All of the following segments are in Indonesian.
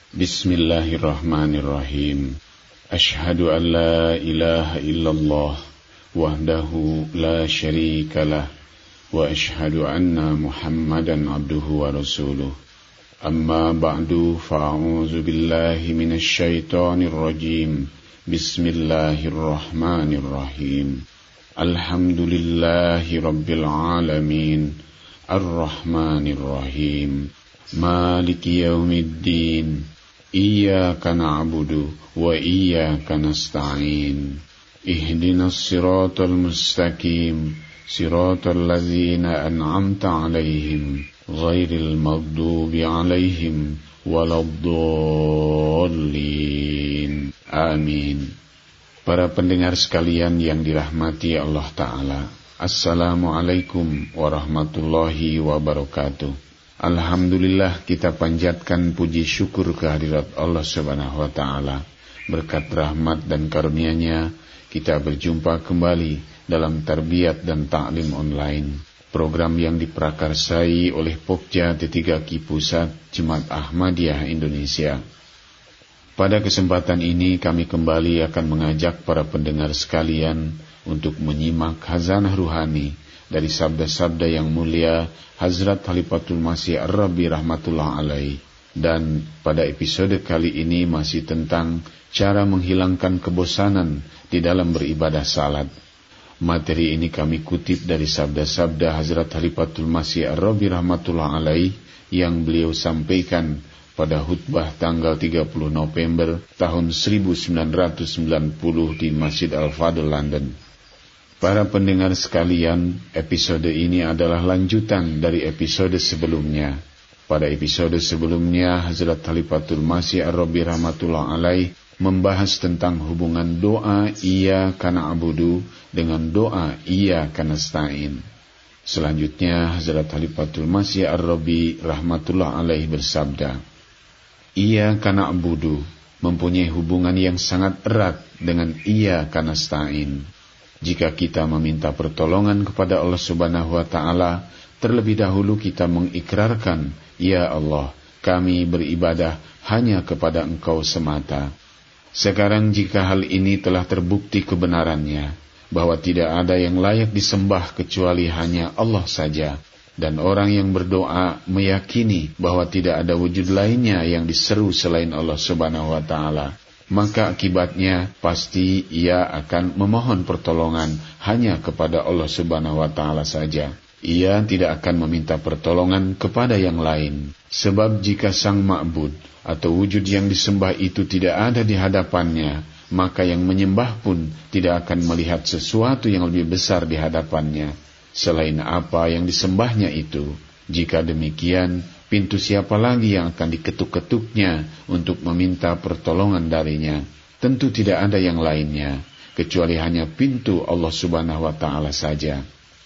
Bismillahirrahmanirrahim. Ashhadu an la ilaha illallah wahdahu la syarikalah wa ashhadu anna Muhammadan abduhu wa rasuluh. Amma ba'du, fa'a'udzu billahi minasy syaithanir rajim. Bismillahirrahmanirrahim. Alhamdulillahi rabbil alamin. Ar-Rahmanir Rahim. Maliki yaumiddin. Iyyaka na'budu wa iyyaka nasta'in. Ihdinas siratal mustaqim, siratal ladzina an'amta 'alaihim, ghairil maghdubi 'alaihim waladdallin. Amin. Para pendengar sekalian yang dirahmati Allah Ta'ala, Assalamualaikum warahmatullahi wabarakatuh. Alhamdulillah, kita panjatkan puji syukur kehadirat Allah Subhanahu wa Ta'ala. Berkat rahmat dan karunia-Nya, kita berjumpa kembali dalam Tarbiyat dan Ta'lim Online, program yang diprakarsai oleh Pokja T3Ki Pusat Jemaat Ahmadiyah Indonesia. Pada kesempatan ini kami kembali akan mengajak para pendengar sekalian untuk menyimak khazanah ruhani dari sabda-sabda yang mulia Hazrat Khalifatul Masih Ar-Rabi rahmatullah alaih. Dan pada episode kali ini masih tentang cara menghilangkan kebosanan di dalam beribadah salat. Materi ini kami kutip dari sabda-sabda Hazrat Khalifatul Masih Ar-Rabi rahmatullah alaih yang beliau sampaikan pada khutbah tanggal 30 November tahun 1990 di Masjid Al-Fadl, London. Para pendengar sekalian, episode ini adalah lanjutan dari episode sebelumnya. Pada episode sebelumnya, Hazrat Khalifatul Masih Ar-Rabi rahmatullah alaih membahas tentang hubungan doa Iyyaka na'budu dengan doa Iyyaka nasta'in. Selanjutnya, Hazrat Khalifatul Masih Ar-Rabi rahmatullah alaih bersabda, Iyyaka na'budu mempunyai hubungan yang sangat erat dengan Iyyaka nasta'in. Jika kita meminta pertolongan kepada Allah Subhanahu wa Ta'ala, terlebih dahulu kita mengikrarkan, Ya Allah, kami beribadah hanya kepada Engkau semata. Sekarang jika hal ini telah terbukti kebenarannya, bahwa tidak ada yang layak disembah kecuali hanya Allah saja, dan orang yang berdoa meyakini bahwa tidak ada wujud lainnya yang diseru selain Allah Subhanahu wa Ta'ala, maka akibatnya pasti ia akan memohon pertolongan hanya kepada Allah Subhanahu wa Ta'ala saja. Ia tidak akan meminta pertolongan kepada yang lain. Sebab jika sang ma'bud atau wujud yang disembah itu tidak ada di hadapannya, maka yang menyembah pun tidak akan melihat sesuatu yang lebih besar di hadapannya selain apa yang disembahnya itu. Jika demikian, pintu siapa lagi yang akan diketuk-ketuknya untuk meminta pertolongan darinya? Tentu tidak ada yang lainnya, kecuali hanya pintu Allah Subhanahu wa Ta'ala saja.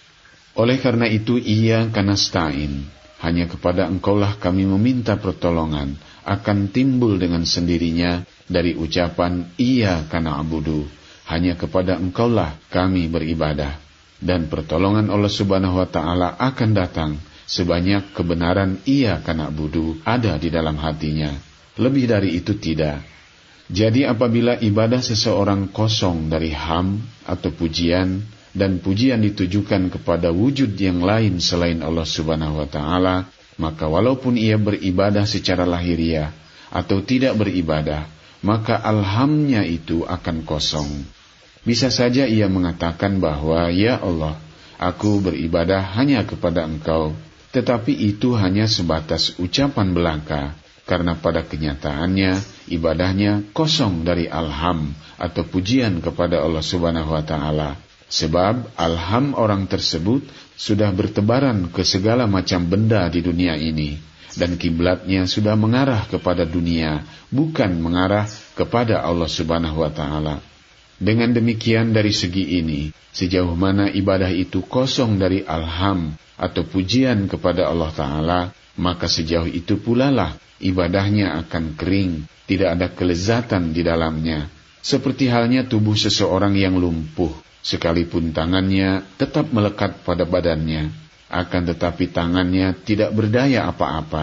Oleh karena itu, Iyyaka nasta'in, hanya kepada Engkaulah kami meminta pertolongan, akan timbul dengan sendirinya dari ucapan Iyyaka na'budu, hanya kepada Engkaulah kami beribadah. Dan pertolongan Allah Subhanahu wa Ta'ala akan datang sebanyak kebenaran Iyyaka na'budu ada di dalam hatinya. Lebih dari itu tidak. Jadi apabila ibadah seseorang kosong dari ham atau pujian, dan pujian ditujukan kepada wujud yang lain selain Allah Subhanahu wa Ta'ala, maka walaupun ia beribadah secara lahiriah atau tidak beribadah, maka alhamnya itu akan kosong. Bisa saja ia mengatakan bahwa, Ya Allah, aku beribadah hanya kepada Engkau, tetapi itu hanya sebatas ucapan belaka, karena pada kenyataannya ibadahnya kosong dari alham atau pujian kepada Allah Subhanahu wa Ta'ala. Sebab alham orang tersebut sudah bertebaran ke segala macam benda di dunia ini, dan kiblatnya sudah mengarah kepada dunia, bukan mengarah kepada Allah Subhanahu wa Ta'ala. Dengan demikian, dari segi ini, sejauh mana ibadah itu kosong dari alham atau pujian kepada Allah Ta'ala, maka sejauh itu pula lah ibadahnya akan kering, tidak ada kelezatan di dalamnya. Seperti halnya tubuh seseorang yang lumpuh, sekalipun tangannya tetap melekat pada badannya, akan tetapi tangannya tidak berdaya apa-apa.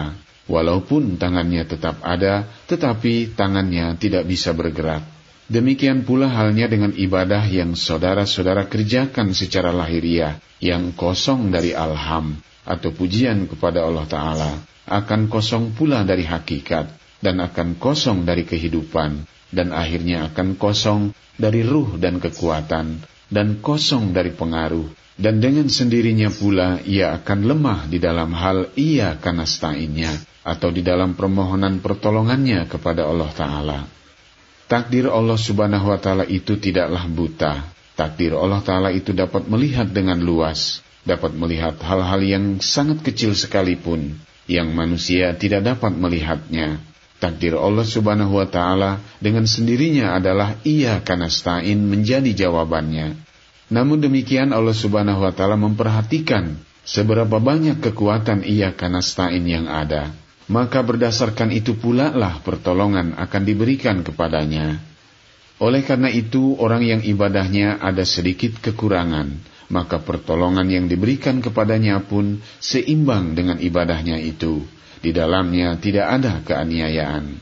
Walaupun tangannya tetap ada, tetapi tangannya tidak bisa bergerak. Demikian pula halnya dengan ibadah yang saudara-saudara kerjakan secara lahiriah, yang kosong dari alham atau pujian kepada Allah Ta'ala, akan kosong pula dari hakikat, dan akan kosong dari kehidupan, dan akhirnya akan kosong dari ruh dan kekuatan, dan kosong dari pengaruh, dan dengan sendirinya pula ia akan lemah di dalam hal ia kanasta'innya, atau di dalam permohonan pertolongannya kepada Allah Ta'ala. Takdir Allah Subhanahu wa Ta'ala itu tidaklah buta. Takdir Allah Ta'ala itu dapat melihat dengan luas, dapat melihat hal-hal yang sangat kecil sekalipun, yang manusia tidak dapat melihatnya. Takdir Allah Subhanahu wa Ta'ala dengan sendirinya adalah ia kanasta'in menjadi jawabannya. Namun demikian Allah Subhanahu wa Ta'ala memperhatikan seberapa banyak kekuatan ia kanasta'in yang ada. Maka berdasarkan itu pula lah pertolongan akan diberikan kepadanya. Oleh karena itu, orang yang ibadahnya ada sedikit kekurangan, maka pertolongan yang diberikan kepadanya pun seimbang dengan ibadahnya itu. Di dalamnya tidak ada keaniayaan.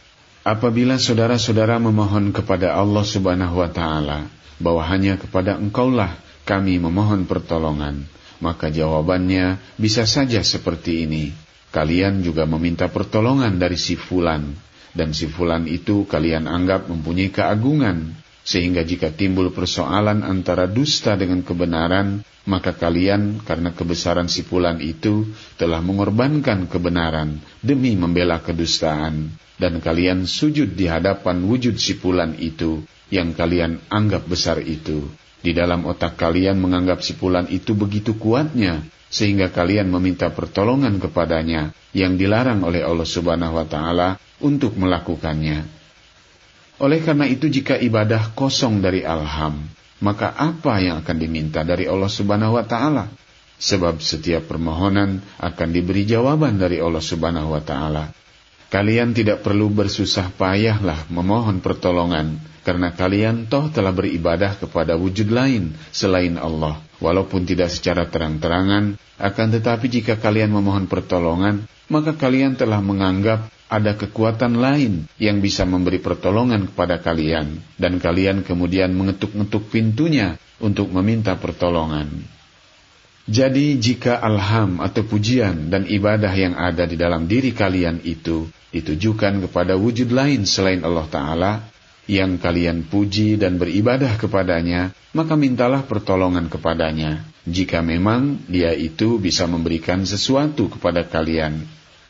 Apabila saudara-saudara memohon kepada Allah Subhanahu wa Ta'ala, bahwa hanya kepada Engkaulah kami memohon pertolongan, maka jawabannya bisa saja seperti ini. Kalian juga meminta pertolongan dari si fulan, dan si fulan itu kalian anggap mempunyai keagungan, sehingga jika timbul persoalan antara dusta dengan kebenaran, maka kalian karena kebesaran si fulan itu telah mengorbankan kebenaran demi membela kedustaan, dan kalian sujud di hadapan wujud si fulan itu yang kalian anggap besar itu. Di dalam otak kalian menganggap si fulan itu begitu kuatnya, sehingga kalian meminta pertolongan kepadanya yang dilarang oleh Allah Subhanahu wa Ta'ala untuk melakukannya. Oleh karena itu, jika ibadah kosong dari alham, maka apa yang akan diminta dari Allah Subhanahu wa Ta'ala? Sebab setiap permohonan akan diberi jawaban dari Allah Subhanahu wa Ta'ala. Kalian tidak perlu bersusah payahlah memohon pertolongan, karena kalian toh telah beribadah kepada wujud lain selain Allah, walaupun tidak secara terang-terangan. Akan tetapi jika kalian memohon pertolongan, maka kalian telah menganggap ada kekuatan lain yang bisa memberi pertolongan kepada kalian, dan kalian kemudian mengetuk-ngetuk pintunya untuk meminta pertolongan. Jadi jika alham atau pujian dan ibadah yang ada di dalam diri kalian itu ditujukan kepada wujud lain selain Allah Ta'ala, yang kalian puji dan beribadah kepadanya, maka mintalah pertolongan kepadanya, jika memang dia itu bisa memberikan sesuatu kepada kalian.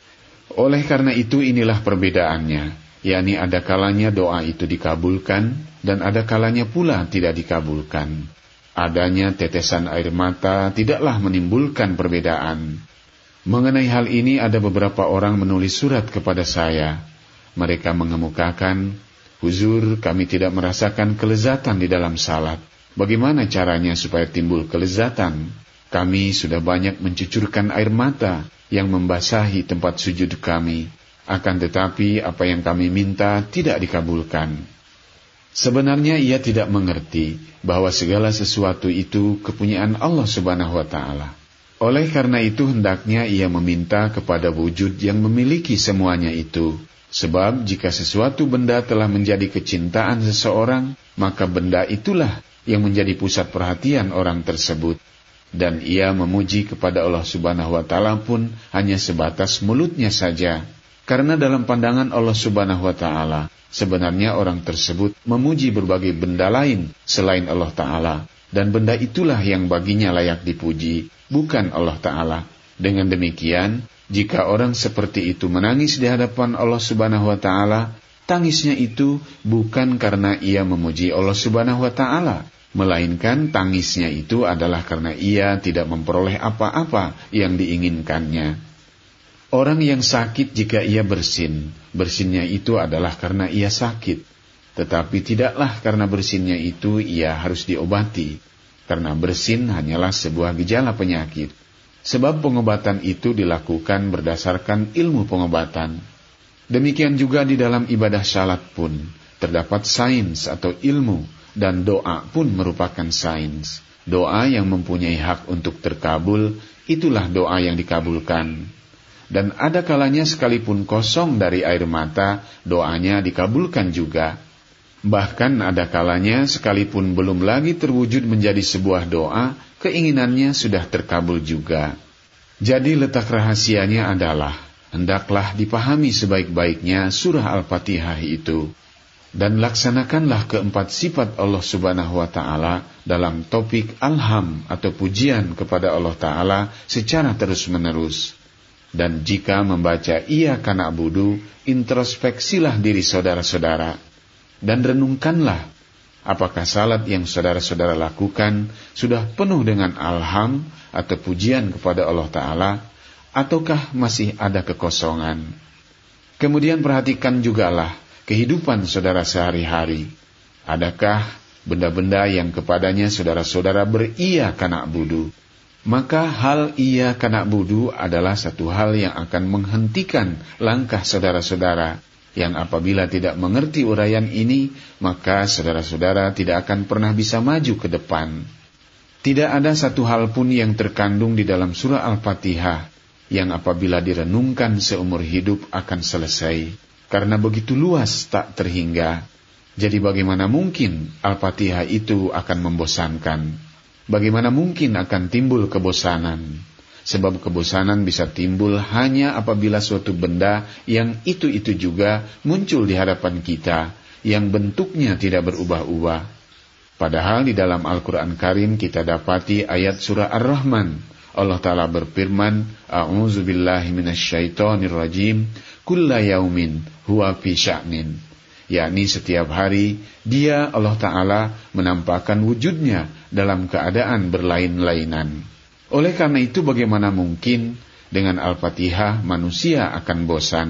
Oleh karena itu inilah perbedaannya, yakni ada kalanya doa itu dikabulkan, dan ada kalanya pula tidak dikabulkan. Adanya tetesan air mata tidaklah menimbulkan perbedaan. Mengenai hal ini ada beberapa orang menulis surat kepada saya. Mereka mengemukakan, "Huzur, kami tidak merasakan kelezatan di dalam salat. Bagaimana caranya supaya timbul kelezatan? Kami sudah banyak mencucurkan air mata yang membasahi tempat sujud kami. Akan tetapi apa yang kami minta tidak dikabulkan." Sebenarnya ia tidak mengerti bahwa segala sesuatu itu kepunyaan Allah Subhanahu wa Ta'ala. Oleh karena itu hendaknya ia meminta kepada wujud yang memiliki semuanya itu. Sebab jika sesuatu benda telah menjadi kecintaan seseorang, maka benda itulah yang menjadi pusat perhatian orang tersebut. Dan ia memuji kepada Allah Subhanahu wa Ta'ala pun hanya sebatas mulutnya saja. Karena dalam pandangan Allah Subhanahu wa Ta'ala, sebenarnya orang tersebut memuji berbagai benda lain selain Allah Ta'ala, dan benda itulah yang baginya layak dipuji, bukan Allah Ta'ala. Dengan demikian, jika orang seperti itu menangis di hadapan Allah Subhanahu wa Ta'ala, tangisnya itu bukan karena ia memuji Allah Subhanahu wa Ta'ala, melainkan tangisnya itu adalah karena ia tidak memperoleh apa-apa yang diinginkannya. Orang yang sakit jika ia bersin, bersinnya itu adalah karena ia sakit. Tetapi tidaklah karena bersinnya itu ia harus diobati, karena bersin hanyalah sebuah gejala penyakit. Sebab pengobatan itu dilakukan berdasarkan ilmu pengobatan. Demikian juga di dalam ibadah salat pun, terdapat sains atau ilmu, dan doa pun merupakan sains. Doa yang mempunyai hak untuk terkabul, itulah doa yang dikabulkan. Dan ada kalanya sekalipun kosong dari air mata, doanya dikabulkan juga. Bahkan ada kalanya sekalipun belum lagi terwujud menjadi sebuah doa, keinginannya sudah terkabul juga. Jadi letak rahasianya adalah, hendaklah dipahami sebaik-baiknya surah Al-Fatihah itu. Dan laksanakanlah keempat sifat Allah Subhanahu wa Ta'ala dalam topik alham atau pujian kepada Allah Ta'ala secara terus-menerus. Dan jika membaca Iyyaka na'budu, introspeksilah diri saudara-saudara. Dan renungkanlah, apakah salat yang saudara-saudara lakukan sudah penuh dengan alham atau pujian kepada Allah Ta'ala, ataukah masih ada kekosongan. Kemudian perhatikan jugalah kehidupan saudara sehari-hari. Adakah benda-benda yang kepadanya saudara-saudara beriyyaka na'budu? Maka hal iyyaka na'budu adalah satu hal yang akan menghentikan langkah saudara-saudara, yang apabila tidak mengerti uraian ini, maka saudara-saudara tidak akan pernah bisa maju ke depan. Tidak ada satu hal pun yang terkandung di dalam surah Al-Fatihah yang apabila direnungkan seumur hidup akan selesai, karena begitu luas tak terhingga. Jadi bagaimana mungkin Al-Fatihah itu akan membosankan? Bagaimana mungkin akan timbul kebosanan? Sebab kebosanan bisa timbul hanya apabila suatu benda yang itu-itu juga muncul di hadapan kita, yang bentuknya tidak berubah-ubah. Padahal di dalam Al-Quran Karim kita dapati ayat surah Ar-Rahman, Allah Ta'ala berfirman, A'udzubillahi minasyaitonirrajim, kulla yaumin huwa fi sya'nin. Yakni setiap hari dia, Allah Ta'ala, menampakkan wujudnya dalam keadaan berlain-lainan. Oleh karena itu bagaimana mungkin dengan Al-Fatihah manusia akan bosan?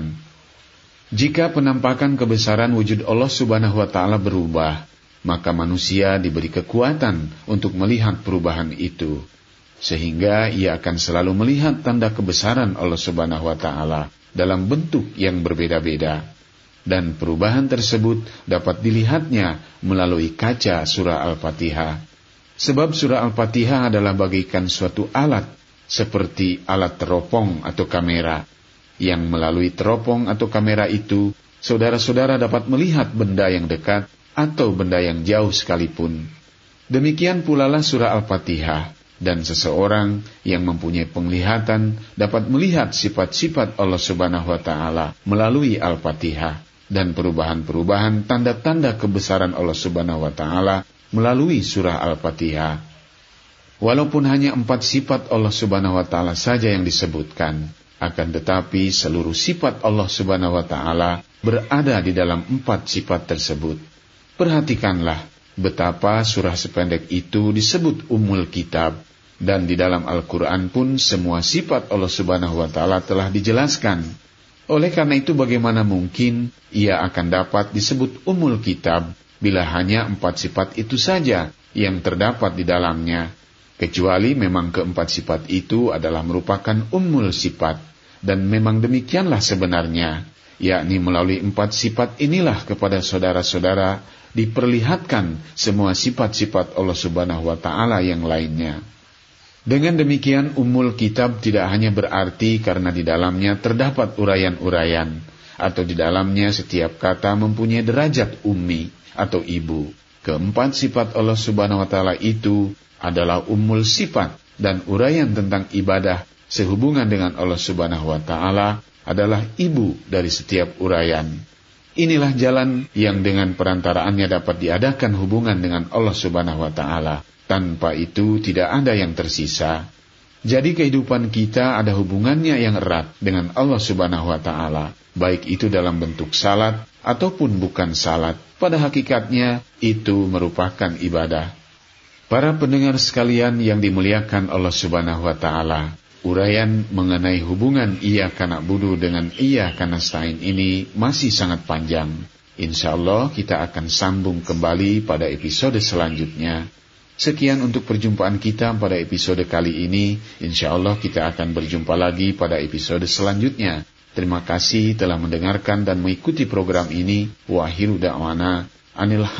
Jika penampakan kebesaran wujud Allah Subhanahu wa Ta'ala berubah, maka manusia diberi kekuatan untuk melihat perubahan itu, sehingga ia akan selalu melihat tanda kebesaran Allah Subhanahu wa Ta'ala dalam bentuk yang berbeda-beda. Dan perubahan tersebut dapat dilihatnya melalui kaca surah Al-Fatihah. Sebab surah Al-Fatihah adalah bagaikan suatu alat, seperti alat teropong atau kamera, yang melalui teropong atau kamera itu, saudara-saudara dapat melihat benda yang dekat atau benda yang jauh sekalipun. Demikian pula lah surah Al-Fatihah, dan seseorang yang mempunyai penglihatan dapat melihat sifat-sifat Allah Subhanahu wa Ta'ala melalui Al-Fatihah, dan perubahan-perubahan tanda-tanda kebesaran Allah Subhanahu wa Ta'ala melalui surah Al-Fatihah. Walaupun hanya 4 sifat Allah Subhanahu wa Ta'ala saja yang disebutkan, akan tetapi seluruh sifat Allah Subhanahu wa Ta'ala berada di dalam 4 sifat tersebut. Perhatikanlah betapa surah sependek itu disebut Ummul Kitab, dan di dalam Al-Quran pun semua sifat Allah Subhanahu wa Ta'ala telah dijelaskan. Oleh karena itu bagaimana mungkin ia akan dapat disebut Ummul Kitab bila hanya 4 sifat itu saja yang terdapat di dalamnya, kecuali memang keempat sifat itu adalah merupakan Ummul Sifat, dan memang demikianlah sebenarnya, yakni melalui 4 sifat inilah kepada saudara-saudara diperlihatkan semua sifat-sifat Allah Subhanahu wa Ta'ala yang lainnya. Dengan demikian Ummul Kitab tidak hanya berarti karena di dalamnya terdapat uraian-uraian, atau di dalamnya setiap kata mempunyai derajat ummi atau ibu. Keempat sifat Allah Subhanahu wa Ta'ala itu adalah Ummul Sifat, dan uraian tentang ibadah sehubungan dengan Allah Subhanahu wa Ta'ala adalah ibu dari setiap uraian. Inilah jalan yang dengan perantaraannya dapat diadakan hubungan dengan Allah Subhanahu wa Ta'ala. Tanpa itu tidak ada yang tersisa. Jadi kehidupan kita ada hubungannya yang erat dengan Allah Subhanahu wa Ta'ala, baik itu dalam bentuk salat ataupun bukan salat. Pada hakikatnya itu merupakan ibadah. Para pendengar sekalian yang dimuliakan Allah Subhanahu wa Ta'ala, uraian mengenai hubungan Iyyaka na'budu dengan Iyyaka nasta'in ini masih sangat panjang. Insyaallah kita akan sambung kembali pada episode selanjutnya. Sekian untuk perjumpaan kita pada episode kali ini. Insyaallah kita akan berjumpa lagi pada episode selanjutnya. Terima kasih telah mendengarkan dan mengikuti program ini. Wa akhiru da'wana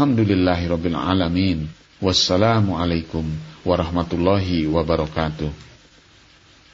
anilhamdulillahirabbil alamin. Wassalamualaikum warahmatullahi wabarakatuh.